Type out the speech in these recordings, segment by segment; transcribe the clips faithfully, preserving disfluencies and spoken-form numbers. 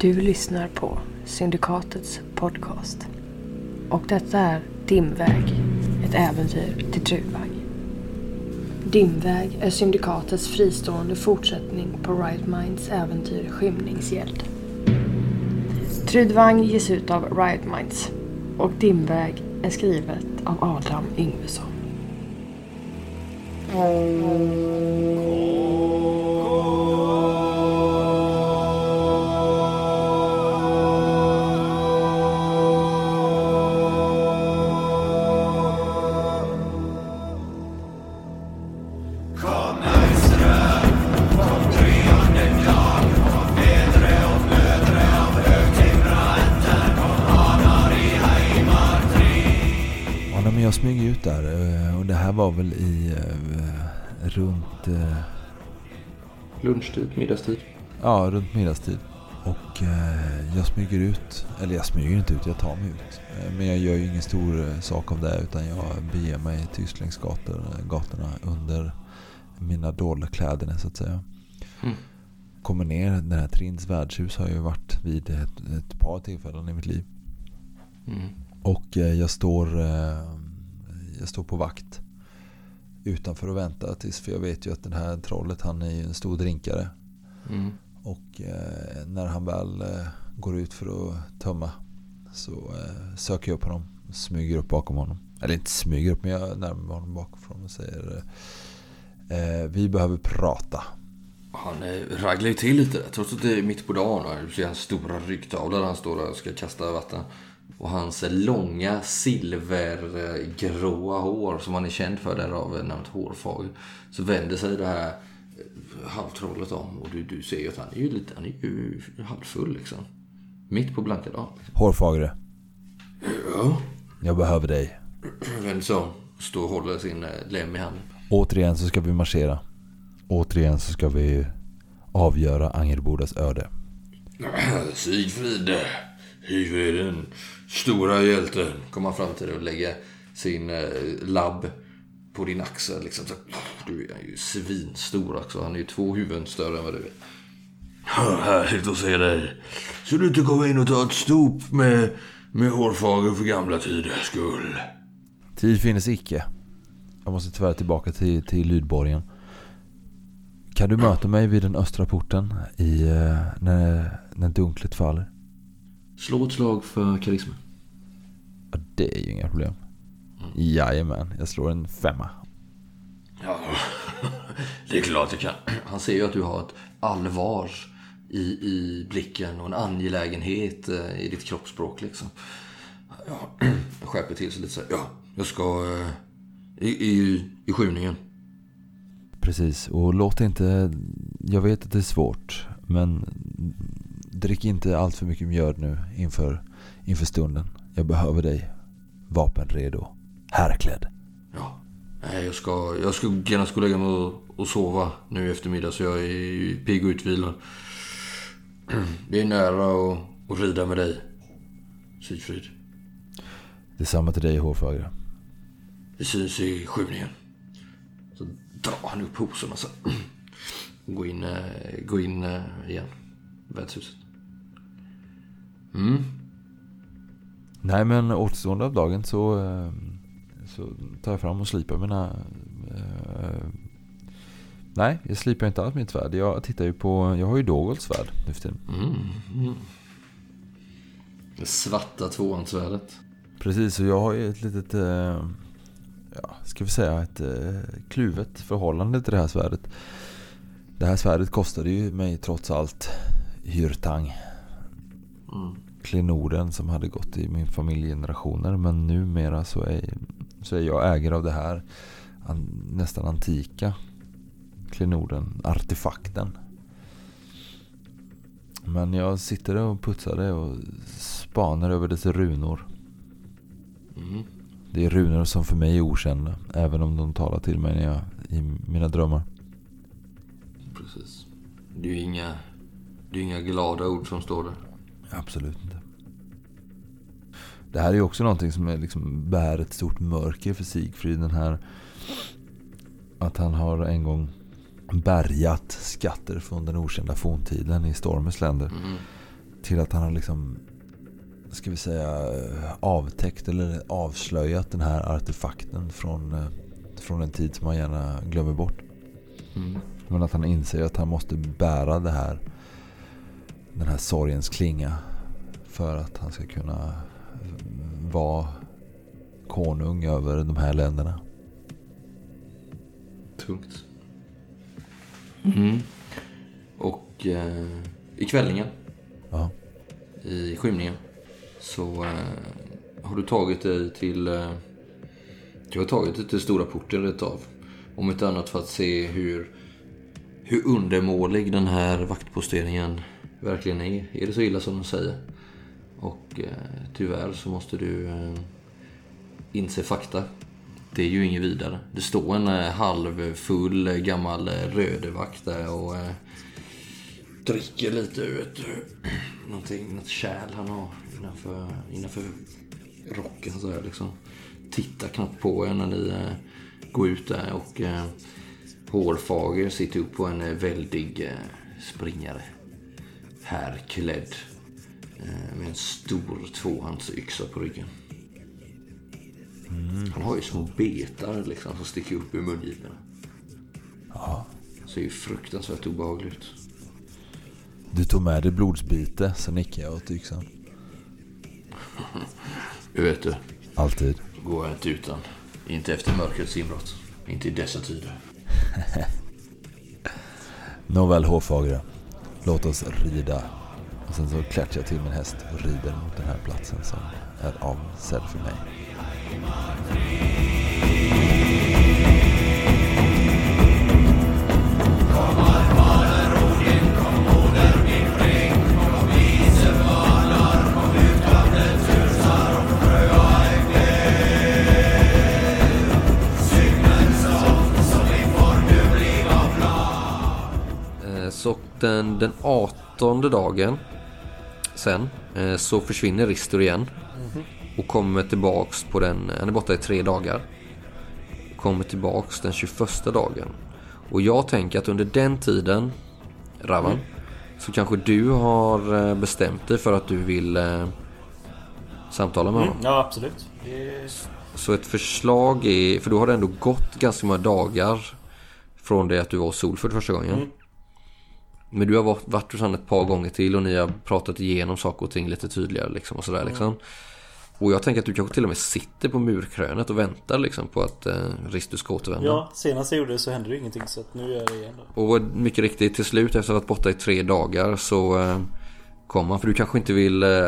Du lyssnar på Syndikatets podcast. Och detta är Dimväg, ett äventyr till Trudvang. Dimväg är Syndikatets fristående fortsättning på Right Minds äventyr Skymningsgäld. Trudvang ges ut av Right Minds och Dimväg är skrivet av Adam Yngvesson. Jag smyger ut där och det här var väl i eh, runt eh, lunchtid, middagstid. Ja, runt middagstid. Och eh, jag smyger ut, eller jag smyger inte ut, jag tar mig ut. Eh, men jag gör ju ingen stor eh, sak av det, utan jag beger mig tyst längs gator, gatorna under mina dolda kläder så att säga. Mm. Kommer ner, den här Trins värdshus har jag ju varit vid ett, ett par tillfällen i mitt liv. Mm. Och eh, jag står eh, jag står på vakt utanför och väntar tills, för jag vet ju att den här trollet, han är ju en stor drinkare. Mm. Och eh, när han väl eh, går ut för att tömma så eh, söker jag upp honom, smyger upp bakom honom. Eller inte smyger upp, men jag närmar honom bakom och säger eh, vi behöver prata. Han eh, raglar ju till lite där, trots att det är mitt på dagen. Du ser hans stora ryggtavla där han står där och ska kasta vatten. Och hans långa silvergråa hår som han är känd för där av namnet Hårfager. Så vänder sig det här halvtrollet om. Och du, du ser ju att han är ju lite, han är ju halvfull liksom. Mitt på blanka dagen. Hårfagre. Ja. Jag behöver dig. Vänder sig om. Står och håller sin lem i handen. Återigen så ska vi marschera. Återigen så ska vi avgöra Angerbodas öde. Sigfrid. Sigfrid, den stora hjälten. Kommer fram till dig och lägger sin eh, labb på din axel. Liksom. Så, du är ju svinstor också. Han är ju två huvuden större än vad du är. Härligt att se dig. Så du inte kommer in och ta ett stop med, med Hårfager för gamla tiders skull. Tid finnes icke. Jag måste tyvärr tillbaka till, till Lydborgen. Kan du möta mig vid den östra porten i, eh, när, när dunklet faller? Slå ett slag för karisma. Ja, det är ju inga problem. Mm. Jajamän, jag slår en femma. Ja, det är klart jag kan. Han ser ju att du har ett allvar i, i blicken och en angelägenhet i ditt kroppsspråk liksom. Ja, jag skärper till sig lite så här. Ja, jag ska i, i, i skymningen. Precis, och låt inte, jag vet att det är svårt, men drick inte allt för mycket mjöd nu inför, inför stunden. Jag behöver dig. Vapen redo. Härklädd. Ja. Nej, jag ska, jag ska gärna ska lägga mig och, och sova nu i eftermiddag, så jag är pigg och utvilad. Det är nära att, att rida med dig, Sigfrid. Detsamma till dig, Hårfager. Vi syns i skymningen. Så drar han upp hosen och så gå in, gå in igen. Värdshuset. Mm. Nej, men återstående av dagen så, så tar jag fram och slipar mina... Uh, nej, jag slipar inte alls mitt svärd. Jag tittar ju på... Jag har ju Dogols svärd nu för tiden. Mm. Mm. Det svarta tvåhandsvärdet. Precis, och jag har ju ett litet... Uh, ja, ska vi säga ett uh, kluvet förhållande till det här svärdet. Det här svärdet kostade ju mig trots allt hyrtang. Mm. Klenoden som hade gått i min familjegenerationer, men numera så är, så är jag ägare av det här an, nästan antika klenoden, artefakten. Men jag sitter och putsar det och spanar över dess runor. Mm. Det är runor som för mig är okända, även om de talar till mig när jag, i mina drömmar. Precis. Det är ju inga, det är inga glada ord som står där. Absolut inte. Det här är ju också någonting som är liksom bär ett stort mörker för Sigfrid, den här att han har en gång bärgat skatter från den okända forntiden i Stormers länder. Mm. till att han har liksom, ska vi säga, avtäckt eller avslöjat den här artefakten från, från en tid som man gärna glömmer bort. Mm. Men att han inser att han måste bära det här, den här sorgens klinga, för att han ska kunna vara konung över de här länderna. Tungt. Mm. Och eh, i kvällningen, ja. i skymningen, så eh, har du tagit dig till eh, du har tagit dig till stora porten ett av. Om inte annat för att se hur hur undermålig den här vaktposteringen verkligen är. Är det så illa som de säger? Och eh, tyvärr så måste du eh, inse fakta. Det är ju inget vidare. Det står en eh, halvfull eh, gammal eh, rödevakt där och eh, dricker lite ur ett eh, någonting, något kärl han har innanför, innanför rocken så här liksom. Tittar knappt på er när ni eh, går ut där och eh, hårfager sitter upp på en eh, väldig eh, springare. Härklädd eh, med en stor tvåhandsyxa på ryggen. Mm. Han har ju små betar liksom som sticker upp ur mungiporna. Ja. Ser ju fruktansvärt obehagligt. Du tog med dig blodsbite, så nickar jag åt yxan. Hur vet du? Alltid. Går jag inte utan. Inte efter mörkrets inbrott. Inte i dessa tider. Nåväl, hårfagra. Låt oss rida. Och sen så klättrar jag till min häst och rider mot den här platsen som är avsedd för mig. Så den, den artonde dagen sen eh, så försvinner Ristur igen. Mm-hmm. Och kommer tillbaks på den, han är borta i tre dagar. Kommer tillbaks den tjugoförsta dagen. Och jag tänker att under den tiden, Ravan, mm. så kanske du har bestämt dig för att du vill eh, samtala med mm. honom. Ja, absolut. Det... Så ett förslag är, för då har det ändå gått ganska många dagar från det att du var hos Solford första gången. Mm. Men du har varit, varit hos han ett par gånger till och ni har pratat igenom saker och ting lite tydligare liksom och sådär liksom. Och jag tänker att du kanske till och med sitter på murkrönet och väntar liksom på att eh, Ristus ska återvända. Ja, senast jag gjorde det så hände det ingenting, så att nu är det igen då. Och mycket riktigt, till slut efter att ha varit borta i tre dagar så eh, kommer han. För du kanske inte vill eh,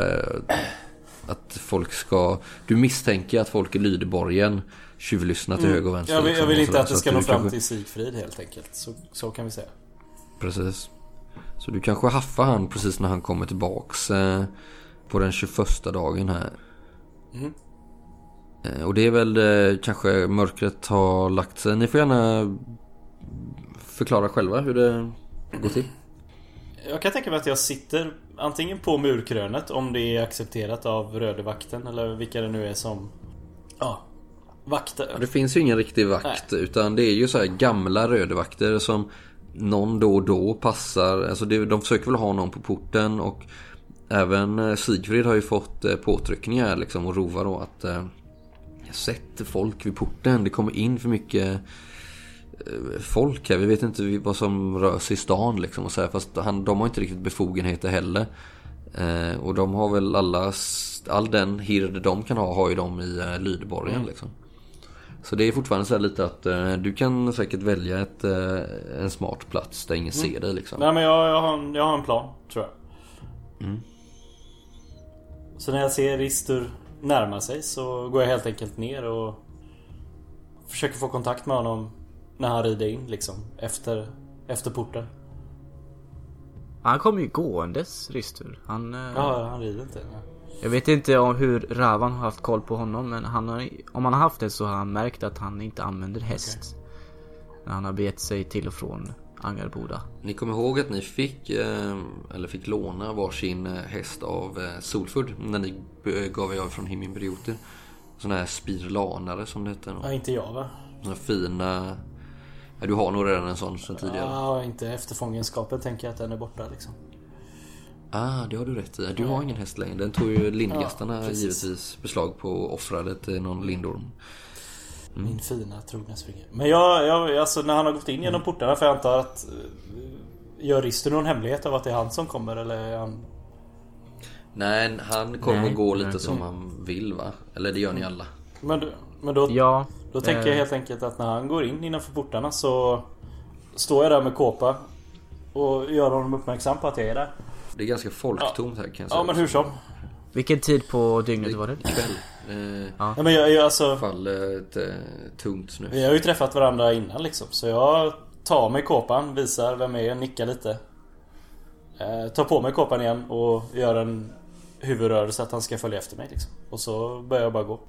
att folk ska... Du misstänker att folk i Lydeborgen tjuvlyssnar till mm. höger och vänster. Jag vill, liksom, jag vill inte att det ska att nå fram kanske... till Sigfrid helt enkelt. Så, så kan vi säga. Precis. Så du kanske haffar han precis när han kommer tillbaks eh, på den tjugoförsta dagen här. Mm. Eh, och det är väl eh, kanske mörkret har lagt sig. Ni får gärna förklara själva hur det går till. Jag kan tänka mig att jag sitter antingen på murkrönet, om det är accepterat av rödevakten eller vilka det nu är som ja, vakter. Ja, det finns ju ingen riktig vakt. Nej. Utan det är ju så här gamla rödevakter som någon då och då passar. Alltså det, de försöker väl ha någon på porten. Och även Sigfrid har ju fått eh, påtryckningar liksom, och Rova då att eh, sätter folk vid porten. Det kommer in för mycket eh, folk här. Vi vet inte vad som rör sig i stan liksom, och så här, fast han, de har inte riktigt befogenheter heller. Eh, och de har väl alla, all den hird de kan ha har ju de i eh, Lydeborgen mm. liksom. Så det är fortfarande så här lite att eh, du kan säkert välja ett, eh, en smart plats där ingen mm. ser dig liksom. Nej, men jag, jag, har en, jag har en plan, tror jag. Mm. Så när jag ser Ristur närma sig så går jag helt enkelt ner och försöker få kontakt med honom när han rider in liksom, efter, efter porten. Han kommer ju gåendes, Ristur. Han, ja, han rider inte. Ja. Jag vet inte om hur Ravan har haft koll på honom, men han har, om han har haft det så har han märkt att han inte använder häst. Okay. När han har bet sig till och från Angarboda. Ni kommer ihåg att ni fick eller fick låna varsin häst av Solford när ni gav er från Himminbrioter. Såna här spirlanare som det heter. Ja, inte jag va? Såna fina... Ja, du har nog redan en sån sedan tidigare. Ja, inte efter fångenskapen tänker jag att den är borta liksom. Ah, det har du rätt i. Du har ingen häst längre. Den tog ju lindgastarna Ja, givetvis beslag på och offrade till någon lindorm. Mm. Min fina trogna springer. Men jag, jag, alltså när han har gått in genom mm. portarna, för jag antar att gör Rister någon hemlighet av att det är han som kommer, eller är han... Nej, han kommer Nej, gå lite nej. som han vill, va? Eller det gör ni alla. Men, men då, Ja. då tänker eh. jag helt enkelt att när han går in innanför portarna så står jag där med kåpa och gör honom uppmärksam på att jag är där. Det är ganska folktomt här, kan jag säga. Ja, men hur som. Vilken tid på dygnet var det? Kväll. Eh, Ja. Ja, men jag, jag, alltså, faller ett eh, tungt snus. vi har ju träffat varandra innan liksom. Så jag tar mig kåpan, visar vem jag är, nickar lite. Eh, tar på mig kåpan igen och gör en huvudrörelse att han ska följa efter mig liksom. Och så börjar jag bara gå.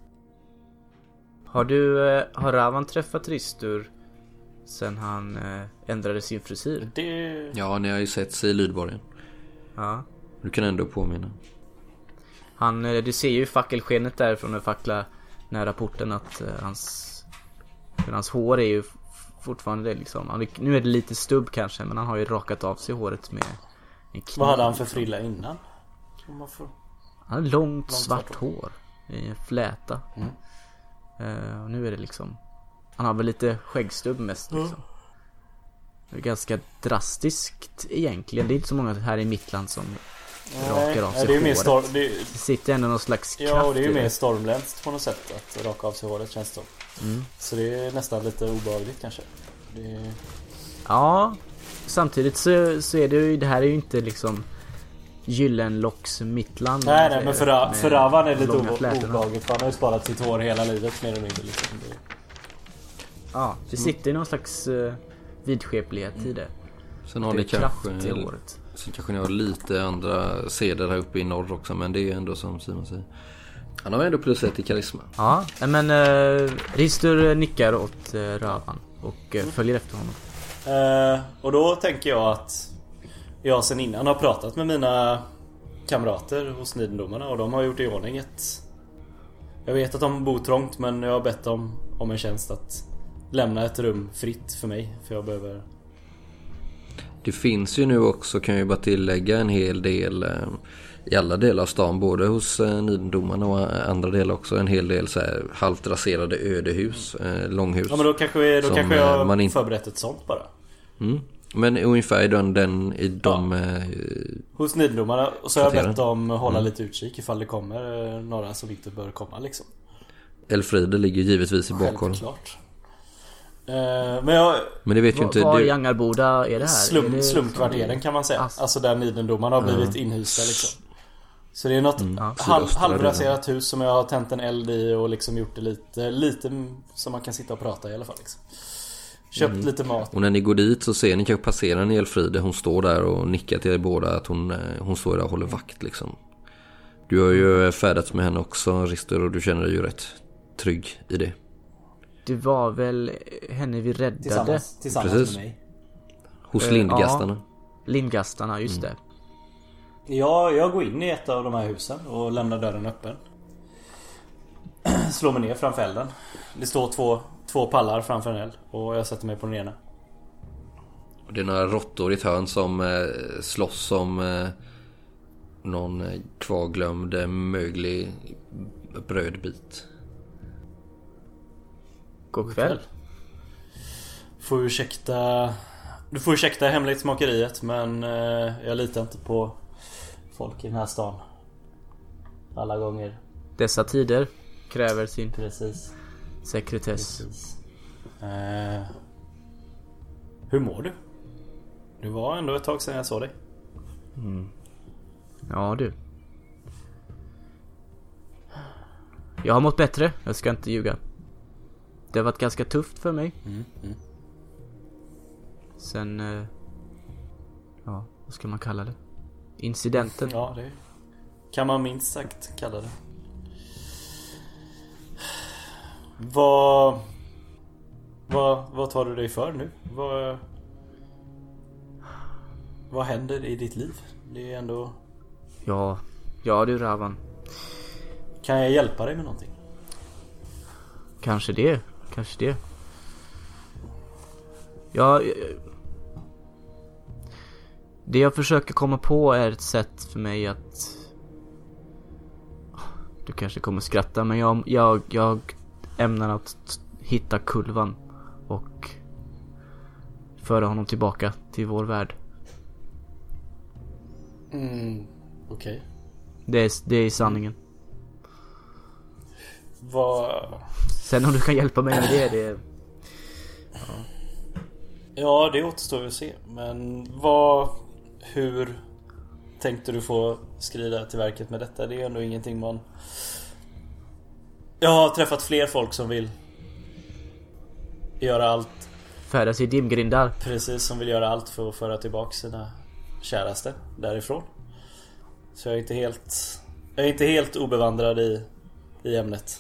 Har du, eh, har Ravan träffat Ristur sen han eh, ändrade sin frisyr? Det... Ja, ni har ju sett sig i Lydborgen. Ja. Du kan ändå påminna. Han, eh, du ser ju fackelskenet där från den fackla nära porten att eh, hans, för hans hår är ju f- fortfarande liksom, han, nu är det lite stubb kanske, men han har ju rakat av sig håret med en kniv. Vad hade han för frilla innan? Om man får... Han har långt, Långt svart svart hår i en fläta. Mm. Eh, och nu är det liksom, han har väl lite skäggstubb mest liksom. Det är ganska drastiskt egentligen. Det är inte så många här i Mittland som rakar av sig det är ju mer håret. storm, det, Det sitter ändå någon slags kraft ja, och det är ju i mer stormländskt på något sätt att raka av sig håret, känns det som. Mm. Så det är nästan lite obehagligt kanske. Det... Ja, samtidigt så, så är det ju, det här är ju inte liksom Gyllenlocks Mittland. Nej, nej, men för, med för Ravan är det lite långa obe- flätorna. obehagligt. För han har ju sparat sitt hår hela livet mer eller mindre liksom. Det... Ja, det sitter ju någon slags uh, vidskeplighet i det. Sen har Det ni är kraft kanske, i håret. sen kanske ni har lite andra seder här uppe i norr också. Men det är ju ändå som Simon säger. Han har ändå plus ett i karisma. Ja, men uh, Ristur nickar åt uh, Ravan och uh, följer efter honom. Eh, och då tänker jag att jag sen innan har pratat med mina kamrater hos Nidendomarna och de har gjort i ordning ett... Jag vet att de bor trångt, men jag har bett dem om en tjänst att lämna ett rum fritt för mig, för jag behöver... Det finns ju nu också, kan jag ju bara tillägga, en hel del eh, i alla delar av stan, både hos eh, Nidendomarna och andra delar också, en hel del så här halvt raserade ödehus, eh, långhus. Ja, men då kanske, vi, då som, kanske jag eh, man in... förberett ett sånt bara. Mm. Men ungefär i den, den i de... Ja. Eh, Hos Nidendomarna. Och så har jag kvarteren. bett dem hålla Mm. lite utkik ifall det kommer eh, några som inte bör komma liksom. Elfride ligger givetvis i bakhållen. Självklart. Eh, men jag... Men det vet ju Va, inte Var du. i Angarboda är det här? Slum, är det slumkvarteren kan man säga. Ass. Alltså där Nidendomarna har blivit inhysta liksom. Så det är något Mm. Ja. halv, Sydöstra halvraserat hus som jag har tänt en eld i och liksom gjort det lite, lite som man kan sitta och prata i alla fall liksom. Köpt Mm. lite mat. Och när ni går dit så ser ni kanske passera ni Elfride. Hon står där och nickar till er båda att hon, eh, hon står där och håller vakt liksom. Du har ju färdats med henne också, Rister, och du känner dig ju rätt trygg i det. Det var väl henne vi räddade. Tillsammans, tillsammans Precis. med mig. Hos Eh, lindgastarna. Lindgastarna, just det. Jag, jag går in i ett av de här husen och lämnar dörren öppen. Slår mig ner framför elden. Det står två, två pallar framför en eld och jag sätter mig på den ena. Och det är några råttor i ett hörn som eh, slåss om eh, någon eh, kvarglömd eh, möglig brödbit. God kväll. Får ursäkta... Du får ursäkta hemlighetsmakeriet, men eh, jag litar inte på folk i den här stan. Alla gånger. Dessa tider kräver sin Precis. sekretess. Precis. Eh, hur mår du? Det var ändå ett tag sedan jag såg dig. Ja du. Jag har mått bättre, jag ska inte ljuga. Det har varit ganska tufft för mig. Mm, mm. Sen, eh, ja, vad ska man kalla det? Incidenten. Ja, det kan man minst sagt kalla det. Vad... Vad, vad tar du dig för nu? Vad... Vad händer i ditt liv? Det är ändå... Ja, ja du Ravan. Kan jag hjälpa dig med någonting? Kanske det, kanske det. Ja, Det jag försöker komma på är ett sätt för mig att... Du kanske kommer skratta, men jag, jag, jag ämnar att hitta Kulvan och föra honom tillbaka till vår värld. Mm, okej. Okay. Det är, det är sanningen. Vad... Sen om du kan hjälpa mig med det, det... Ja, ja det återstår ju att se. Men vad... Hur tänkte du få skrida till verket med detta? Det är ändå ingenting man... Jag har träffat fler folk som vill göra allt. Färdas i dimgrindar. Precis, som vill göra allt för att föra tillbaka sina käraste därifrån. Så jag är inte helt... Jag är inte helt obevandrad i, i ämnet.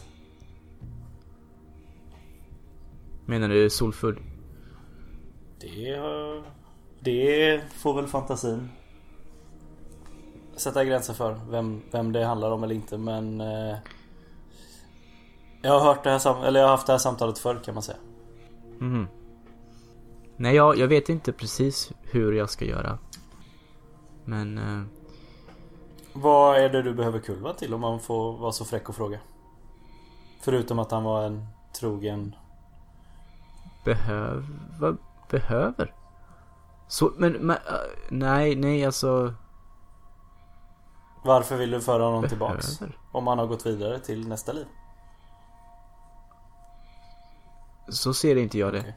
Menar du solfull? Det, det får väl fantasin sätta gränser för vem, vem det handlar om eller inte. Men eh, jag har hört det här, eller jag har haft det här samtalet förr, kan man säga. Mm. Nej, jag, jag vet inte precis hur jag ska göra. Men eh, vad är det du behöver Kulva till, om man får vara så fräck och fråga? Förutom att han var en trogen... Behöver... Vad behöver? Så, men, men uh, nej, nej, alltså... Varför vill du föra honom behöver. tillbaks? Om han har gått vidare till nästa liv. Så ser inte jag det. Okay.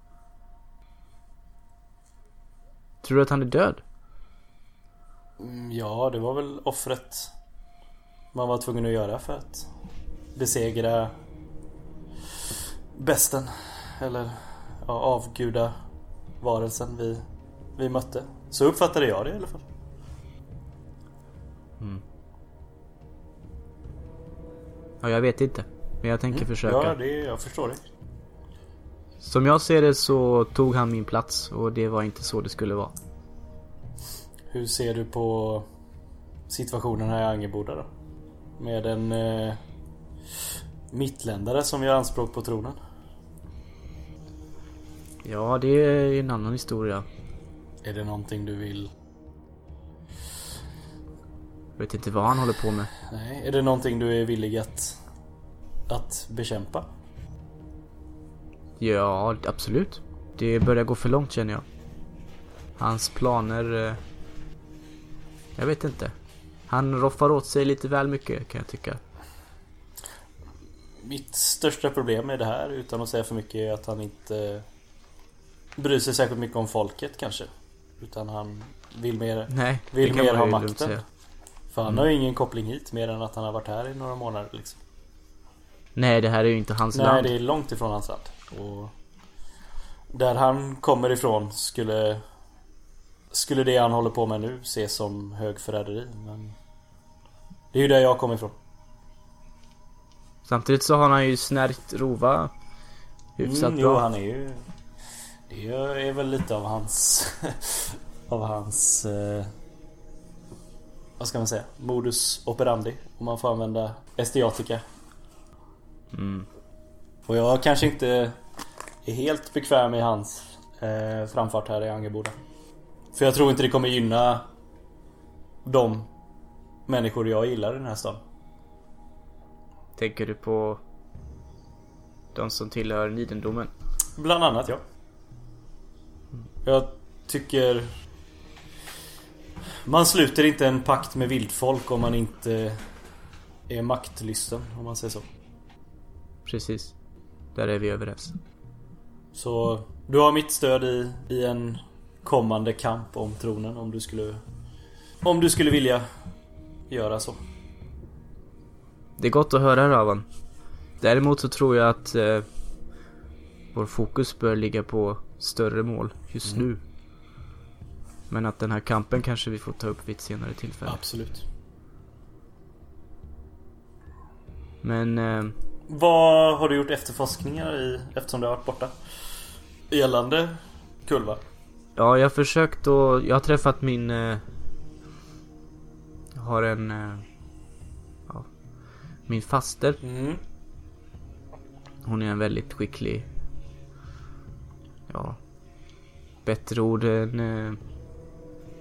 Tror du att han är död? Mm, ja, det var väl offret man var tvungen att göra för att besegra besten. Eller ja, avguda varelsen vi, vi mötte. Så uppfattade jag det i alla fall. Mm. Ja, jag vet inte. Men jag tänker mm. försöka. Ja, det, jag förstår det. Som jag ser det så tog han min plats. Och det var inte så det skulle vara. Hur ser du på situationen här i Angerboda då? Med en eh, mittländare som gör anspråk på tronen. Ja, det är en annan historia. Är det någonting du vill... Jag vet inte vad han håller på med. Nej, är det någonting du är villig att, att bekämpa? Ja, absolut. Det börjar gå för långt, känner jag. Hans planer... Eh, jag vet inte. Han roffar åt sig lite väl mycket, kan jag tycka. Mitt största problem med det här, utan att säga för mycket, är att han inte bryr sig särskilt mycket om folket kanske. Utan han vill mer, Nej, vill mer ha makten. Säga. För han mm. har ju ingen koppling hit mer än att han har varit här i några månader liksom. Nej, det här är ju inte hans Nej, land. Nej, det är långt ifrån hans land. Och där han kommer ifrån skulle Skulle det han håller på med nu ses som hög förräderi. Men det är ju där jag kommer ifrån. Samtidigt så har han ju snärkt Rova hyfsat mm, bra. Jo, han är ju... Det är väl lite av hans... av hans... Eh, vad ska man säga? Modus operandi. Om man får använda esteatika. Mm. Och jag kanske inte är helt bekväm i hans eh, framfart här i Angerboda. För jag tror inte det kommer gynna de människor jag gillar i den här stan. Tänker du på de som tillhör Nidendomen? Bland annat, ja. Jag tycker man sluter inte en pakt med vildfolk om man inte är maktlysten, om man säger så. Precis. Där är vi överens. Så du har mitt stöd i, i en kommande kamp om tronen, om du skulle om du skulle vilja göra så. Det är gott att höra, Ravan. Däremot så tror jag att eh, vår fokus bör ligga på större mål just mm. nu. Men att den här kampen kanske vi får ta upp vid ett senare tillfälle. Absolut. Men eh, vad har du gjort efterforskningar i, eftersom du har varit borta? Gällande Kulva? Ja, jag har försökt och jag har träffat min eh, jag har en eh, ja, min faster. Mm. Hon är en väldigt skicklig, ja, bättre ord än eh,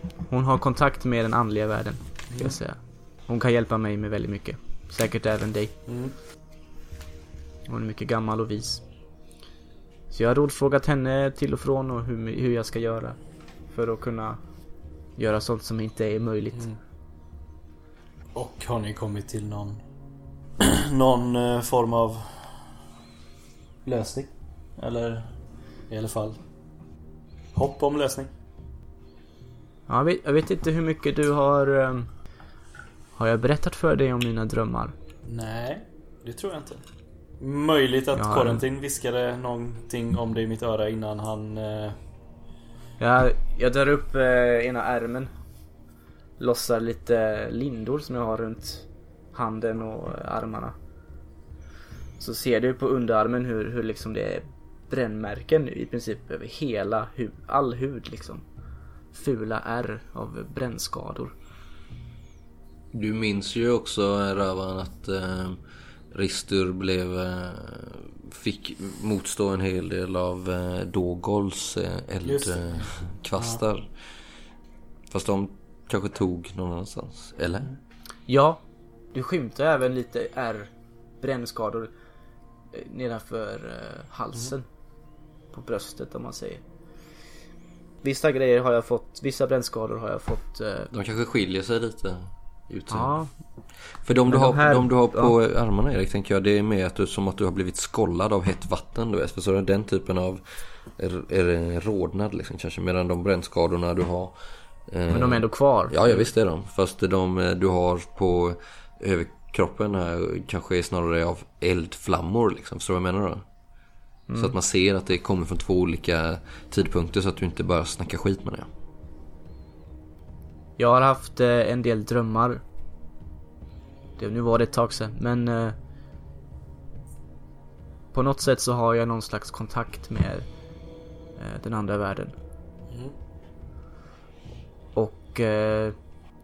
hon har kontakt med den andliga världen, ska Mm. jag säga. Hon kan hjälpa mig med väldigt mycket. Säkert även dig. Mm. Hon är mycket gammal och vis. Så jag har rådfrågat henne till och från och hur, hur jag ska göra för att kunna göra sånt som inte är möjligt. Mm. Och har ni kommit till någon någon eh, form av lösning? Eller i alla fall hopp om lösning? Ja, jag, vet, jag vet inte hur mycket du har... Um, har jag berättat för dig om mina drömmar? Nej, det tror jag inte. Möjligt att Ja, Corentin viskade någonting om det i mitt öra innan han... Eh... Jag, jag drar upp eh, ena ärmen. Lossar lite lindor som jag har runt handen och armarna. Så ser du på underarmen hur, hur liksom det är brännmärken i princip över hela hud, all hud liksom. Fula ärr av brännskador. Du minns ju också, Ravan, att eh, Ristur blev eh, fick motstå en hel del av eh, Dogols eh, eldkvastar. Eh, ja. Fast de kanske tog någon annanstans, eller? Ja, du skymtar även lite ärr, brännskador eh, nedanför eh, halsen. Mm. På bröstet, om man säger. Vissa grejer har jag fått, vissa brännskador har jag fått. Eh... De kanske skiljer sig lite ut. Ja. För de du, har, de, här, de du har på ja. armarna, Erik, tänker jag, det är mer att du, som att du har blivit skollad av hett vatten, du vet. För så är det den typen av är, är det rodnad liksom, kanske, medan de brännskadorna du har eh... Men de är ändå kvar. Ja, jag visst är de. Fast de du har på överkroppen här kanske är snarare av eldflammor liksom, så vad jag menar då? Mm. Så att man ser att det kommer från två olika tidpunkter, så att du inte bara snackar skit med det. Jag har haft eh, en del drömmar. Det, nu var det ett tag sedan, men eh, på något sätt så har jag någon slags kontakt med eh, den andra världen. Mm. Och eh,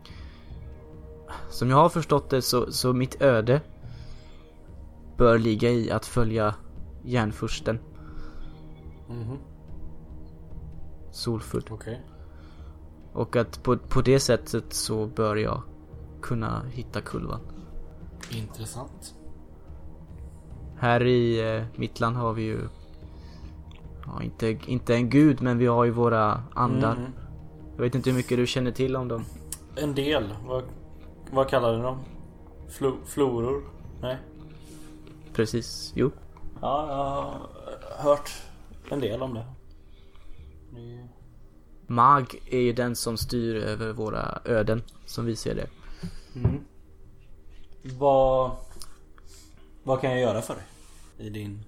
som jag har förstått det så, så mitt öde bör ligga i att följa järnfursten. Mm-hmm. Solfull. Okay. Och att på, på det sättet så bör jag kunna hitta kulvan. Intressant. Här i eh, Mittland har vi ju ja, inte, inte en gud, men vi har ju våra andar. Mm. Jag vet inte hur mycket du känner till om dem. En del. Vad, vad kallar du dem? Flo, floror? Nej. Precis, jo. Ja, jag har hört en del om det. det. Mag är ju den som styr över våra öden, som vi ser det. Mm. Vad, vad kan jag göra för dig i din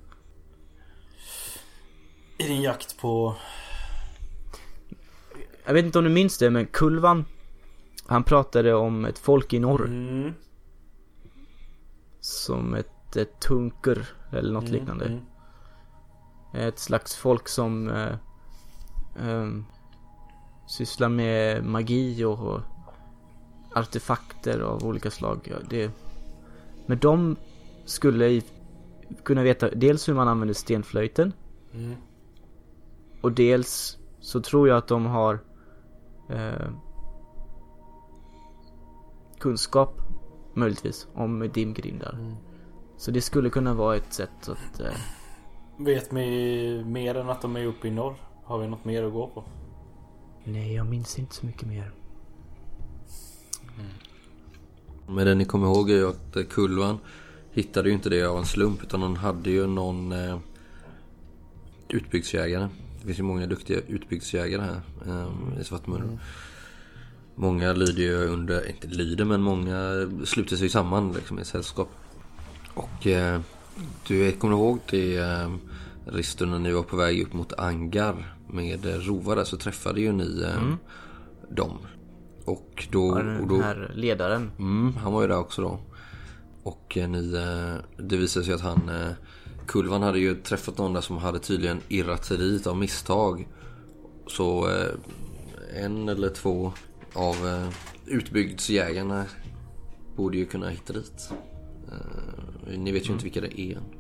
i din jakt på... Jag vet inte om du minns det, men Kulvan, han pratade om ett folk i norr. Mm. Som ett, ett tunker eller något mm, liknande. Mm. Ett slags folk som eh, eh, sysslar med magi och, och artefakter av olika slag. Ja, det, men de skulle i, kunna veta dels hur man använder stenflöjten. Mm. Och dels så tror jag att de har eh, kunskap möjligtvis om dimgrindar. Mm. Så det skulle kunna vara ett sätt att... Eh... Vet vi mer än att de är uppe i norr? Har vi något mer att gå på? Nej, jag minns inte så mycket mer. Mm. Men det ni kommer ihåg är ju att Kulvan hittade ju inte det av en slump, utan han hade ju någon eh, utbyggsjägare. Det finns ju många duktiga utbyggsjägare här eh, i Svartmund. Mm. Många lyder ju under, inte lyder, men många sluter sig samman liksom i ett sällskap. Och eh, du kommer ihåg det eh, Ristur, när ni var på väg upp mot Angar med eh, rovare, så träffade ju ni eh, mm. dem. Och då, ja, den och då här ledaren. Mm, han var ju där också då. Och eh, ni, eh, det visade sig att han eh, Kulvan hade ju träffat någon där som hade tydligen irrat dit av misstag. Så eh, en eller två av eh, utbygdsjägarna borde ju kunna hitta dit. Uh, ni vet ju mm. inte vilka det är än.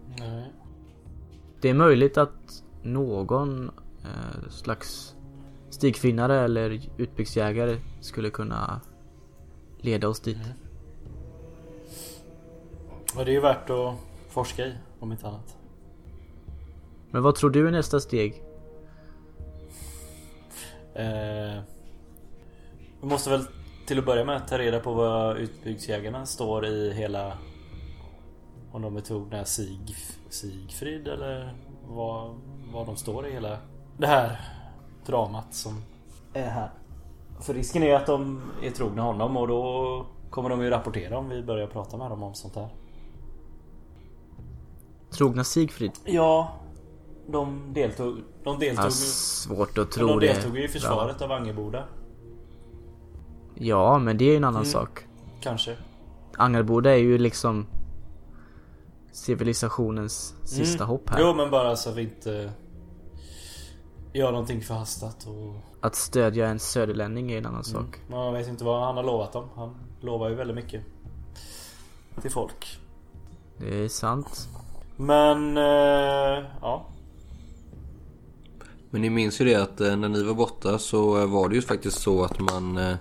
Nej. Det är möjligt att någon eh, slags stigfinnare eller utbyggsjägare skulle kunna leda oss dit. Mm. Och det är ju värt att forska i, om inte annat. Men vad tror du är nästa steg? Eh, vi måste väl till att börja med ta reda på vad utbyggsjägarna står i hela... Om de tog den här Sig, Sigfrid eller vad, vad de står i hela det här dramat som är här. För risken är att de är trogna honom och då kommer de ju rapportera om vi börjar prata med dem om sånt här. Trogna Sigfrid? Ja, de deltog de deltog, ja, svårt att tro de det. deltog ju i försvaret ja. av Angerboda. Ja, men det är ju en annan mm, sak. Kanske. Angerboda är ju liksom civilisationens sista mm. hopp här. Jo, men bara så att vi inte gör någonting förhastat och... Att stödja en söderlänning är en annan mm. sak. Man vet inte vad han har lovat dem. Han lovar ju väldigt mycket till folk. Det är sant. Men äh, ja. Men ni minns ju det att äh, när ni var borta så äh, var det ju faktiskt så att man äh,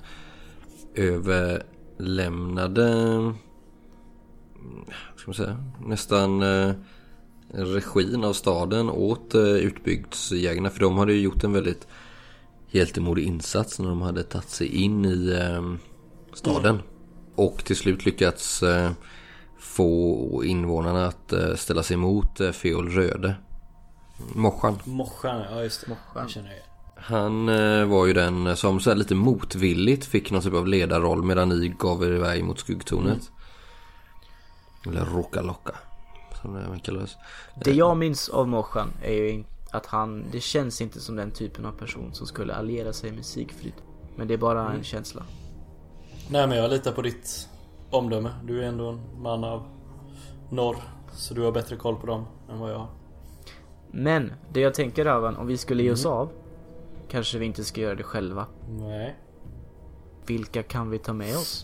överlämnade ska man säga, nästan äh, regin av staden åt äh, utbygdsjägarna, för de hade ju gjort en väldigt hjältemodig insats när de hade tagit sig in i äh, staden mm. och till slut lyckats äh, få invånarna att äh, ställa sig emot äh, Feol Röde. Mochan. Mochan, ja just det. Mochan känner jag. Han äh, var ju den som så här lite motvilligt fick någon typ av ledarroll medan ni gav er iväg mot skuggtornet. Mm. Eller Rokalocka som det kallas. Det jag minns av Mochan är ju att han, det känns inte som den typen av person som skulle alliera sig med Sigfrid. Men det är bara mm. en känsla. Nej, men jag litar på ditt omdöme. Du är ändå en man av norr, så du har bättre koll på dem än vad jag har. Men det jag tänker Ravan, om vi skulle ge oss mm. av, kanske vi inte ska göra det själva. Nej. Vilka kan vi ta med oss?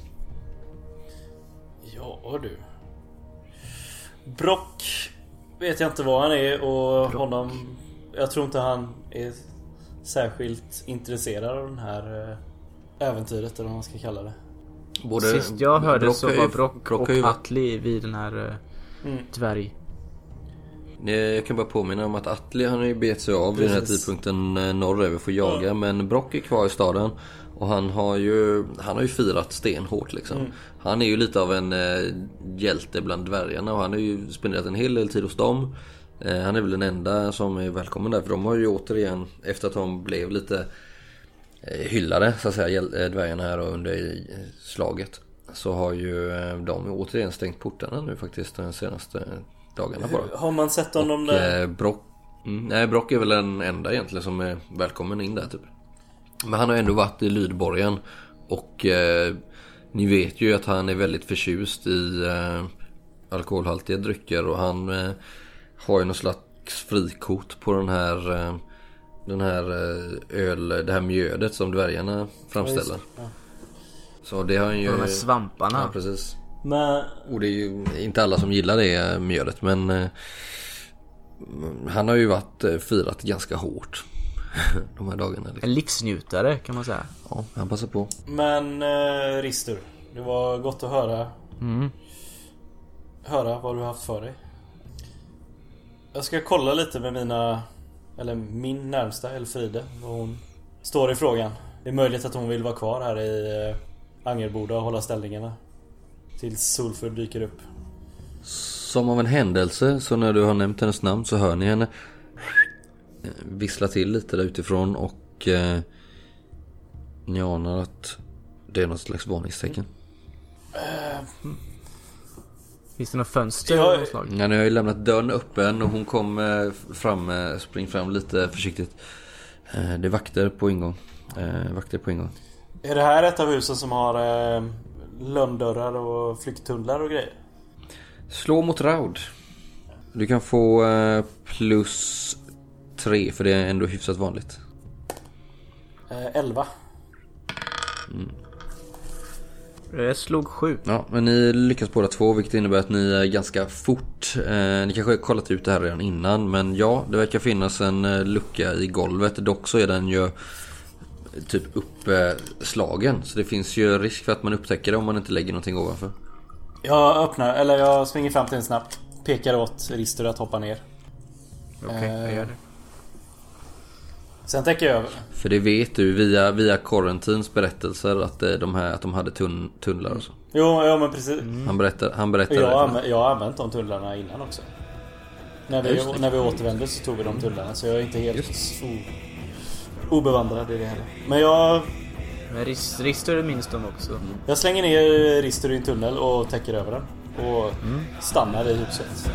Ja du. Brock vet jag inte vad han är och Brock. Honom, jag tror inte han är särskilt intresserad av den här äventyret eller vad man ska kalla det. Både sist jag hörde Brock så var Brock, Brock och Atli vid den här mm. dvärg. Jag kan bara påminna om att Atli han har ju bet sig av vid den här tidpunkten norröver för att jaga, mm. men Brock är kvar i staden och han har ju han har ju firat stenhårt liksom. Mm. Han är ju lite av en eh, hjälte bland dvärgarna och han har ju spenderat en hel del tid hos dem. Eh, han är väl den enda som är välkommen där, för de har ju återigen, efter att de blev lite eh, hyllade så att säga, dvärgarna här under slaget, så har ju eh, de återigen stängt portarna nu faktiskt den senaste dagarna bara. Har man sett honom och, där? Eh, Brock, mm, nej, Brock är väl den enda egentligen som är välkommen in där typ. Men han har ändå varit i Lydborgen och eh, ni vet ju att han är väldigt förtjust i eh, alkoholhaltiga drycker och han eh, har ju någon slags frikort på den här eh, den här eh, öl, det här mjödet som dvärgarna framställer. Ja. Så det har han ju, de här svamparna. Ja, precis. Men... Och det är ju inte alla som gillar det mjödet, men eh, han har ju varit eh, firat ganska hårt de här dagarna liksom. En lyxnjutare kan man säga. Ja, han passar på. Men eh, Ristur, det var gott att höra mm. höra vad du har haft för dig. Jag ska kolla lite med mina, eller min närmsta Elfride, vad hon står i frågan. Det är möjligt att hon vill vara kvar här i eh, Angerboda och hålla ställningarna tills Sulfur dyker upp. Som av en händelse, så när du har nämnt hennes namn så hör ni henne vissla till lite där utifrån och eh, ni anar att det är något slags varningstecken. Mm. Finns det något fönster? Jag... Ja, ni har ju lämnat dörren öppen och hon kom eh, fram, eh, spring fram lite försiktigt. Eh, det är vakter på ingång. Eh, vakter på ingång. Är det här ett av husen som har eh, lönndörrar och flykttunnlar och grejer? Slå mot Raud. Du kan få eh, plus tre, för det är ändå hyfsat vanligt. Eh, elva. Mm. Jag slog sju. Ja, men ni lyckas båda två, vilket innebär att ni är ganska fort. Eh, ni kanske har kollat ut det här redan innan, men ja, det verkar finnas en eh, lucka i golvet. Dock så är den ju typ uppslagen. Så det finns ju risk för att man upptäcker det om man inte lägger någonting ovanför. Jag öppnar, eller jag svänger fram till den snabbt. Pekar åt Rister att hoppa ner. Okej, okay, jag gör det. Sen tänker jag över. För det vet du via, via Quarantines berättelser att de, här, att de hade tunn, tunnlar och så. Jo, ja, men precis. Mm. Han berättar, han berättar jag, det. Anv- jag har använt de tunnlarna innan också. När vi, när vi återvände så tog vi de tunnlarna. Så jag är inte helt o- obevandrad i det heller. Men jag... Men rist, Rister minns de också. Mm. Jag slänger ner Rister i en tunnel och täcker över den. Och mm. stannar i huset.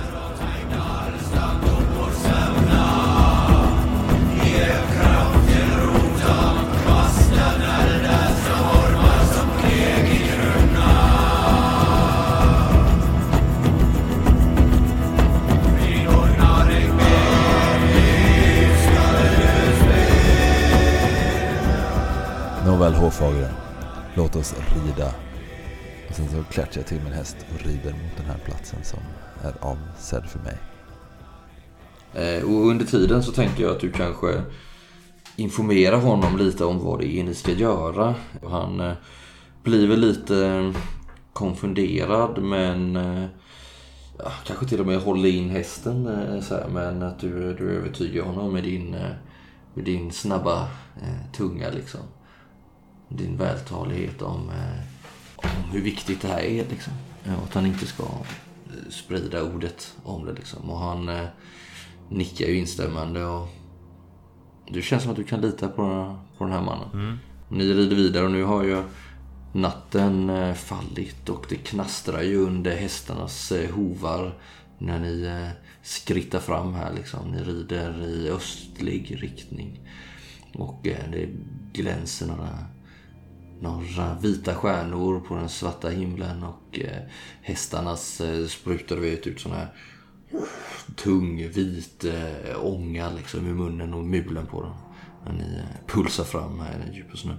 Nåväl, hårfagre. Låt oss rida. Och sen så klättrar jag till min häst och rider mot den här platsen som är avsedd för mig. Eh, och under tiden så tänker jag att du kanske informerar honom lite om vad det är ni ska göra. Han eh, blir väl lite konfunderad, men eh, ja, kanske till och med håller in hästen eh, så här, men att du, du övertygar honom med din, eh, med din snabba eh, tunga liksom. Din vältalighet om, eh, om hur viktigt det här är liksom. Och att han inte ska eh, sprida ordet om det liksom. Och han eh, nickar ju instämmande och du känns som att du kan lita på, på den här mannen. Mm. Ni rider vidare och nu har ju natten eh, fallit och det knastrar ju under hästarnas eh, hovar när ni eh, skrittar fram här liksom. Ni rider i östlig riktning och eh, det glänser några Några vita stjärnor på den svarta himlen och eh, hästarnas eh, sprutar vet ut sån här tung vit eh, ånga liksom i munnen och mulen på den. När ni eh, pulsar fram här i den djupa snö.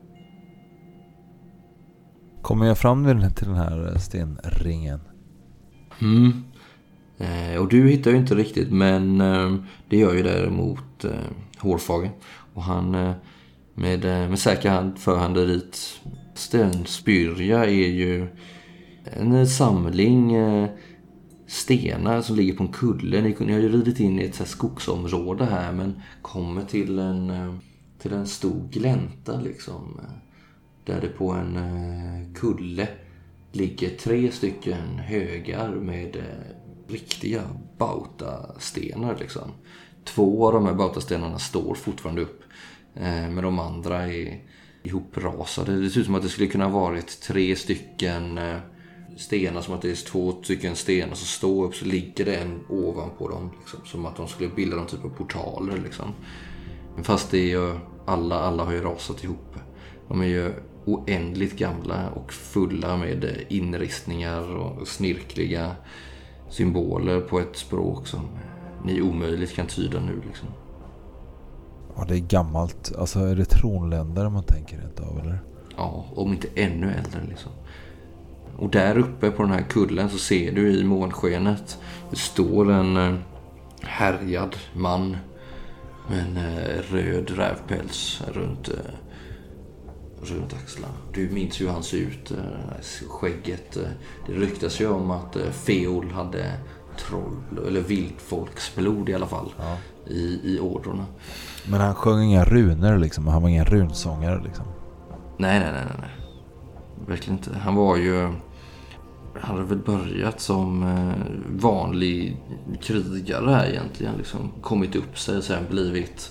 Kommer jag fram till den här stenringen? Mm. Eh, och du hittar ju inte riktigt, men eh, det gör ju däremot eh, hårfagen. Och han... Eh, Med, med säker hand för han dit. Stenspyrja är ju en samling stenar som ligger på en kulle. Ni, ni har ju ridit in i ett så här skogsområde här, men kommer till en, till en stor glänta liksom. Där det på en kulle ligger tre stycken högar med riktiga bautastenar liksom. Två av de här bautastenarna står fortfarande upp. Men de andra är ihoprasade. Det ser ut som att det skulle kunna ha varit tre stycken stenar, som att det är två stycken stenar som står upp, så ligger det en ovanpå dem liksom, som att de skulle bilda någon typ av portaler liksom. Fast det är ju alla, alla har ju rasat ihop. De är ju oändligt gamla och fulla med inristningar och snirkliga symboler på ett språk som ni omöjligt kan tyda nu liksom. Ja, det är gammalt. Alltså är det tronländer man tänker rätt av, eller? Ja, om inte ännu äldre liksom. Och där uppe på den här kullen så ser du i månskenet, det står en härjad man med en röd rävpäls runt, runt axlarna. Du minns ju hur han ser ut, skägget. Det ryktas ju om att Feol hade troll eller vildfolksblod i alla fall, ja, i, i ådrorna. Men han sjöng inga runor liksom, han var ingen runsångare liksom. Nej, nej, nej, nej. Verkligen inte. Han var ju... Han hade väl börjat som vanlig krigare här egentligen. Liksom kommit upp sig och sen blivit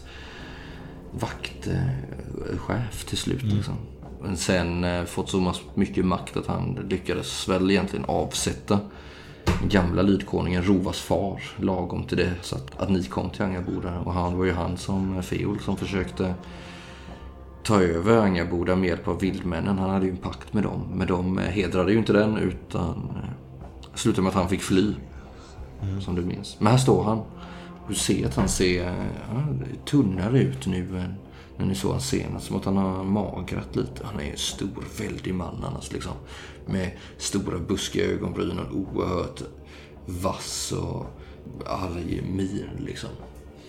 vaktchef till slut. Mm. Liksom. Men sen fått så mycket makt att han lyckades väl egentligen avsätta gamla lydkonungen Rovas far lagom till det, så att, att ni kom till Angaboda. Och han var ju han som Feol som försökte ta över Angaboda med hjälp av vildmännen. Han hade ju en pakt med dem, men de hedrade ju inte den, utan slutade med att han fick fly, mm. som du minns. Men här står han. Du ser att han ser ja, tunnare ut nu än när ni såg han senast, som att han har magrat lite. Han är en stor, väldig man annars liksom, med stora buskiga ögonbryn och oerhört vass och arg min liksom.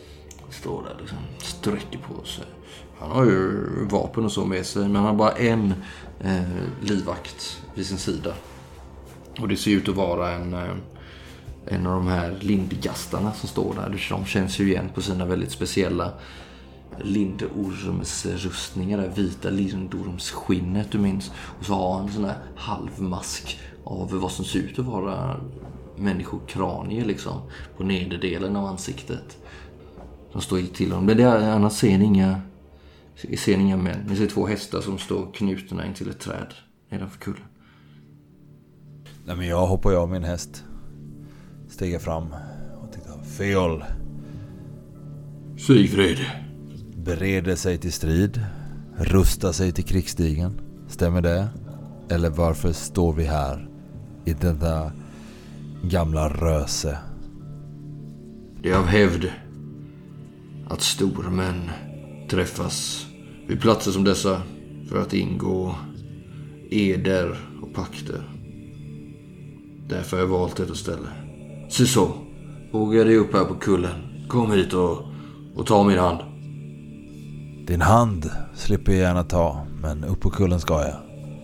Står där liksom, sträcker på sig. Han har ju vapen och så med sig, men han har bara en eh, livvakt vid sin sida. Och det ser ut att vara en, eh, en av de här lindgastarna som står där. De känns ju igen på sina väldigt speciella lindormsrustningar, där vita lindormsskinnet du minns. Och så har han en sån här halvmask av vad som ser ut att vara människokranier liksom, på nederdelen av ansiktet. De står till honom. Men det är, annars ser ni inga, ser ni inga män. Ni ser två hästar som står knutna in till ett träd nedanför kullen. Nej, men jag hoppar av min häst. Stegar fram och tittar. Feol. Sigfrid. Bereder sig till strid. Rustar sig till krigsstigen. Stämmer det? Eller varför står vi här i detta gamla röse? Det är av hävd att stormän träffas vid platser som dessa för att ingå eder och pakter. Därför har jag valt detta ställe. Se så, våga dig upp här på kullen. Kom hit och, och ta min hand. Din hand slipper jag gärna ta, men upp på kullen ska jag.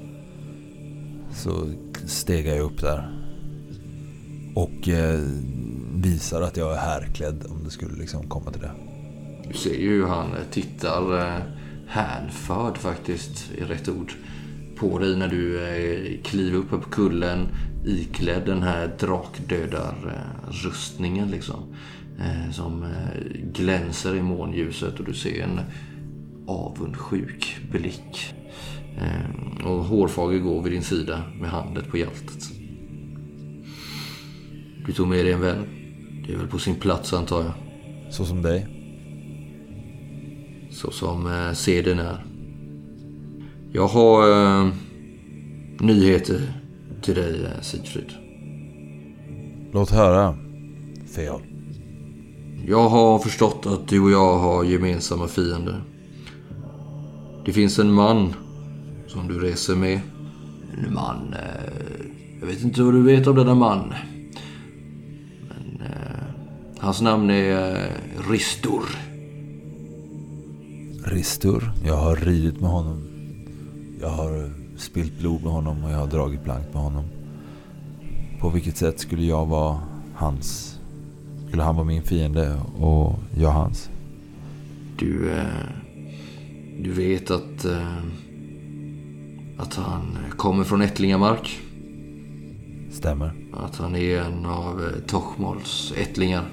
Så stegar jag upp där. Och eh, visar att jag är härklädd om det skulle liksom komma till det. Du ser ju hur han tittar eh, hänförd faktiskt, i rätt ord, på dig när du eh, kliver upp på kullen iklädd den här drakdödar-rustningen eh, liksom, eh, som eh, glänser i månljuset, och du ser en avundsjuk blick. Eh, och Hårfager går vid din sida med handen på hjältet. Du tog med dig en vän. Det är väl på sin plats, antar jag. Så som dig. Så som eh, seden är. Jag har eh, nyheter till dig, eh, Sigfrid. Låt höra, Feol. Jag har förstått att du och jag har gemensamma fiender. Det finns en man som du reser med. En man... Eh, jag vet inte vad du vet om denna man. Men eh, hans namn är eh, Ristur. Ristur? Jag har ridit med honom. Jag har spilt blod med honom och jag har dragit plank med honom. På vilket sätt skulle jag vara hans? Skulle han vara min fiende och jag hans? Du, eh, du vet att, eh, att han kommer från Ättlingamark. Stämmer. Att han är en av eh, Tochmols ättlingar.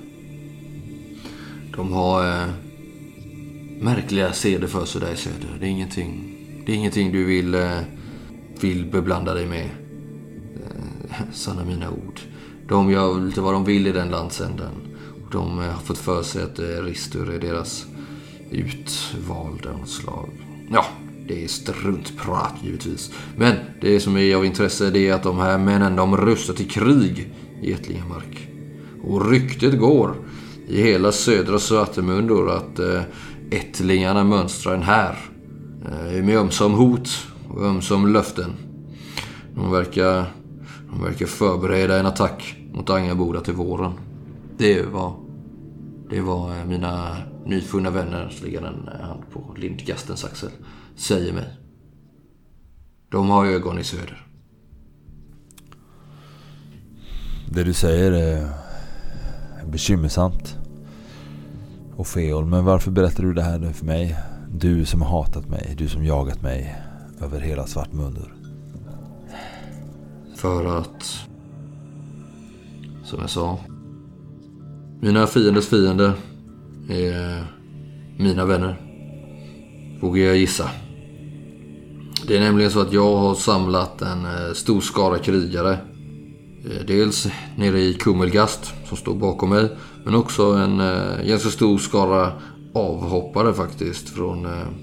De har eh, märkliga seder för sig där i söder. Det är ingenting, det är ingenting du vill, eh, vill beblanda dig med. Eh, sanna mina ord. De gör lite vad de vill i den landsänden. Och de eh, har fått för sig att eh, Ristur är deras utvalda slag. Ja, det är struntprat givetvis. Men det som är av intresse, det är att de här männen, de rustar till krig i Ättlingamark. Och ryktet går i hela södra Svartemundor att eh, ättlingarna mönstrar en här eh, med ömsom hot och ömsom löften. De verkar, de verkar förbereda en attack mot Angaboda till våren. Det var, det var mina nyfunna vänner som ligger en hand på lindgastens axel säger mig. De har ögon i söder. Det du säger är bekymmersamt. Och Feol, men varför berättar du det här nu för mig? Du som har hatat mig, du som jagat mig över hela Svartmundur. För att, som jag sa, mina fienders fiender är mina vänner. Vågar jag gissa. Det är nämligen så att jag har samlat en stor skara krigare. Dels nere i Kummelgast som står bakom mig. Men också en ganska stor skara avhoppare faktiskt från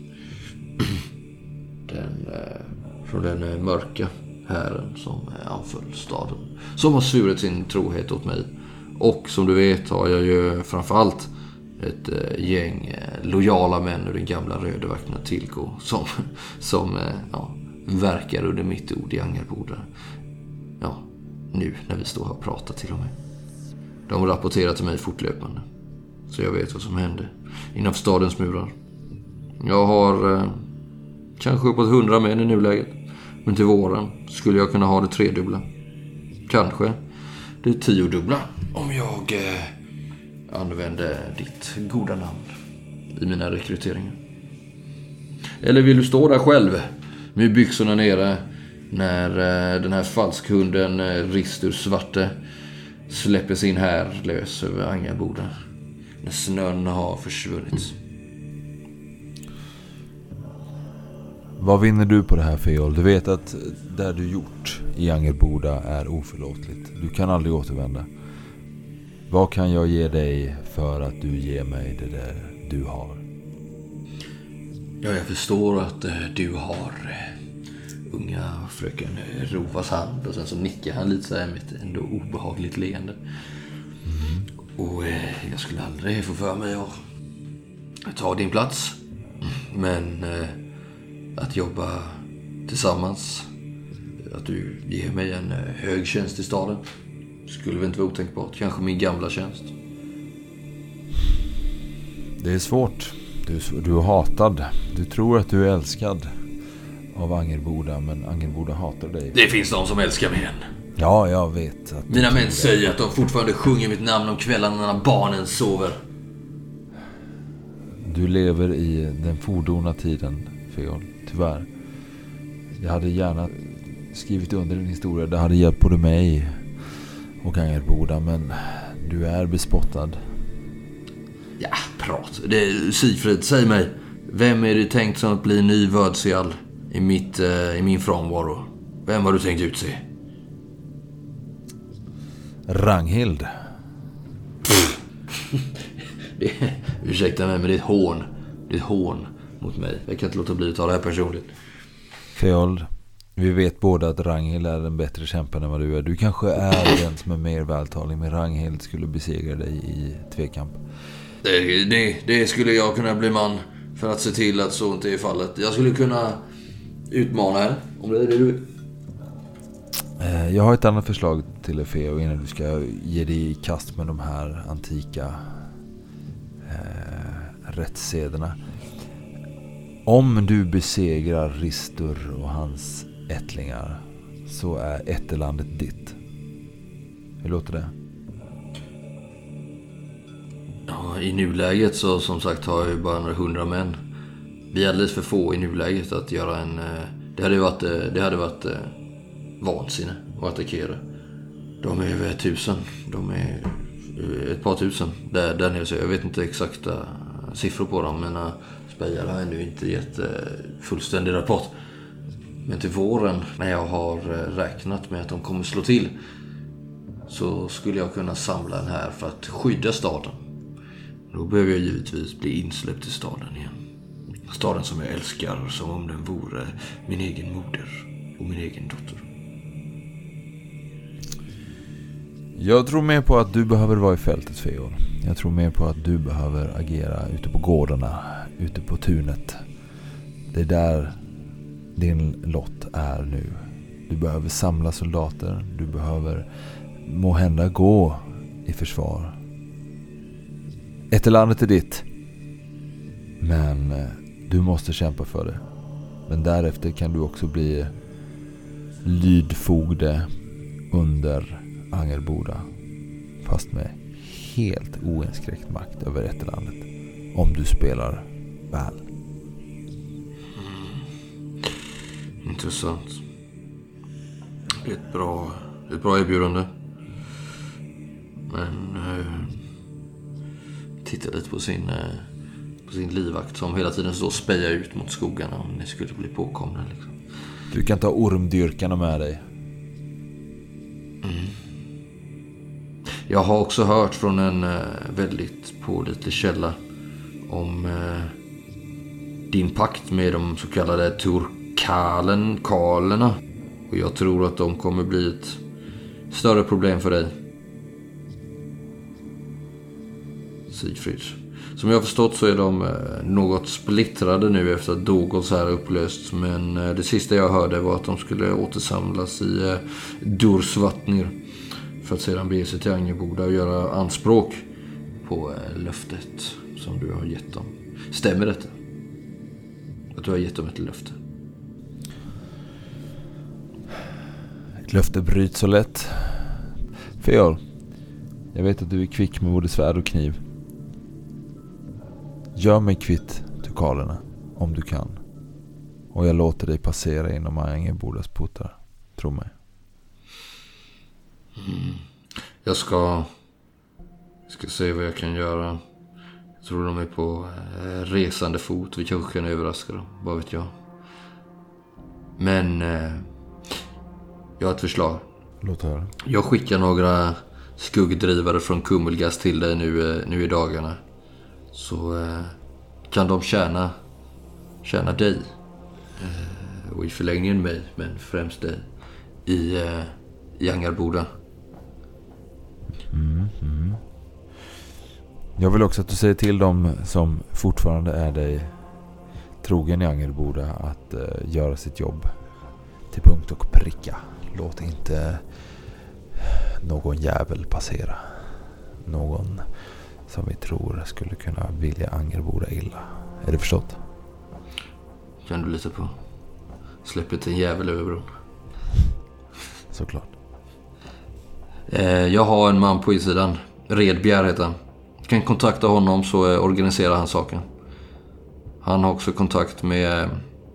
den, från den mörka hären som anföll staden. Som har svurit sin trohet åt mig. Och som du vet har jag ju framförallt ett gäng lojala män ur den gamla rödevakten att tillgå. Som, som ja, verkar under mitt ord i Angaboda. Ja, nu när vi står här och pratar till och med. De rapporterar till mig fortlöpande. så jag vet vad som händer innanför stadens murar. Jag har eh, kanske uppåt hundra män i nuläget. Men till våren skulle jag kunna ha det tredubbla. Kanske det tiodubbla om jag eh, använder ditt goda namn i mina rekryteringar. Eller vill du stå där själv med byxorna nere när eh, den här falskhunden eh, Ristur Svarte släpper sin här lös över Angerboda när snön har försvunnit? Vad vinner du på det här, Feol? Du vet att det du gjort i Angerboda är oförlåtligt. Du kan aldrig återvända. Vad kan jag ge dig för att du ger mig det där du har? Ja, jag förstår att eh, du har eh, unga fröken eh, Rovas hand. Och sen så nickar han lite så här med ett ändå obehagligt leende. Mm. Och eh, jag skulle aldrig få för mig att ta din plats. Men eh, att jobba tillsammans, att du ger mig en eh, hög tjänst i staden, skulle väl inte vara otänkbart. Kanske min gamla tjänst. Det är svårt. Du, du är hatad. Du tror att du är älskad av Angerboda, men Angerboda hatar dig. Det finns de som älskar mig än. Ja, jag vet. Att Mina män säger att de fortfarande sjunger mitt namn om kvällarna när barnen sover. Du lever i den fordona tiden, Feol. Tyvärr. Jag hade gärna skrivit under din historia. Det hade hjälpt både mig och Angerboda, men du är bespottad. Ja, prat. Det, Sigfrid, säg mig. Vem är du tänkt som att bli ny vördsial i, mitt, uh, i min frånvaro? Vem har du tänkt utse? Ranghild. det, ursäkta mig, men det är ett hån. Det är ett hån mot mig. Jag kan inte låta bli att ta det här personligt. Feol, vi vet båda att Ranghild är en bättre kämpe än vad du är. Du kanske är den som är mer vältalig, men Ranghild skulle besegra dig i tvekamp. Det, det, det skulle jag kunna bli man för att se till att så inte är fallet. Jag skulle kunna utmana här, om det är det du vill. Jag har ett annat förslag till er, Feol, innan du ska ge dig i kast med de här antika eh, rättssederna. Om du besegrar Ristur och hans ättlingar så är ätterlandet ditt. Hur låter det? Ja, i nuläget så som sagt har jag ju bara några hundra män. Vi är alldeles för få i nuläget att göra en... Det hade varit, det hade varit vansinne att attackera. De är över tusen. De är ett par tusen. Där, där nere, så jag vet inte exakta siffror på dem, men Spejar har ännu inte gett fullständig rapport. Men till våren, när jag har räknat med att de kommer slå till, så skulle jag kunna samla den här för att skydda staden. Då behöver jag givetvis bli insläppt i staden igen. Staden som jag älskar som om den vore min egen moder och min egen dotter. Jag tror mer på att du behöver vara i fältet, Feol. Jag tror mer på att du behöver agera ute på gårdarna, ute på tunet. Det är där din lott är nu. Du behöver samla soldater. Du behöver måhända gå i försvar. Ätterlandet är ditt. Men du måste kämpa för det. Men därefter kan du också bli lydfogde under Angerboda. Fast med helt oinskränkt makt över ätterlandet. Om du spelar väl. Mm. Intressant. Ett bra, ett bra erbjudande. Men äh, titta lite på sin, äh, på sin livvakt som hela tiden står och spejar ut mot skogarna om ni skulle bli påkomna. Liksom. Du kan ta ormdyrkarna med dig. Mm. Jag har också hört från en äh, väldigt pålitlig källa om äh, din pakt med de så kallade turkalen, kalerna. Och jag tror att de kommer bli ett större problem för dig, Sigfrid. Som jag har förstått så är de eh, något splittrade nu efter att Dogos här upplösts. Men eh, det sista jag hörde var att de skulle återsamlas i eh, Dursvatnir för att sedan bege sig till Angerboda och göra anspråk på löftet som du har gett dem. Stämmer detta? Att du har gett dem ett löfte? Ett löfte bryts så lätt. Feol, jag vet att du är kvick med både svärd och kniv. Gör mig kvitt tukalerna om du kan. Och jag låter dig passera inom Angerbodas portar. Tro mig. Mm. Jag ska ska se vad jag kan göra. Jag tror de är på eh, resande fot. Vi kanske kan överraska dem. Vad vet jag. Men eh, jag har ett förslag. Låt höra. Jag skickar några skuggdrivare från Kummelgast till dig nu, nu i dagarna. Så eh, kan de tjäna, tjäna dig. Eh, och i förlängningen mig, men främst dig. I, eh, i Angerboda. Mm, mm. Jag vill också att du säger till dem som fortfarande är dig trogen i Angerboda att uh, göra sitt jobb till punkt och pricka. Låt inte någon jävel passera. Någon som vi tror skulle kunna vilja Angerboda illa. Är det förstått? Kan du lita på? Släpp inte en jävel över bron. Såklart. Eh, jag har en man på insidan. Redbjer heter han. Jag kan kontakta honom så eh, organiserar han saken. Han har också kontakt med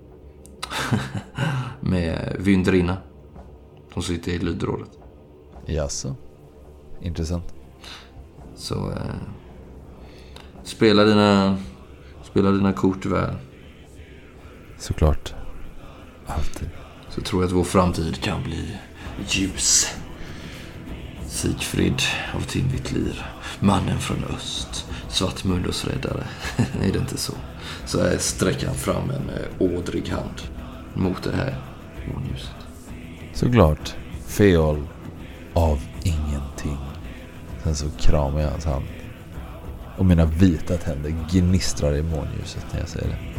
med Vyndrina som sitter i lydrådet. Jaså. Intressant. Så eh, spela dina spela dina kort väl. Såklart. Alltid. Så tror jag att vår framtid kan bli ljus. Sigfrid av Tinvitlir, mannen från öst, Svartmundos räddare. Är det inte så? Så jag sträcker han fram en ådrig hand mot det här månljuset. Såklart. Feol av ingenting. Sen så kramar jag hans hand. Och mina vita tänder gnistrar i månljuset när jag säger det.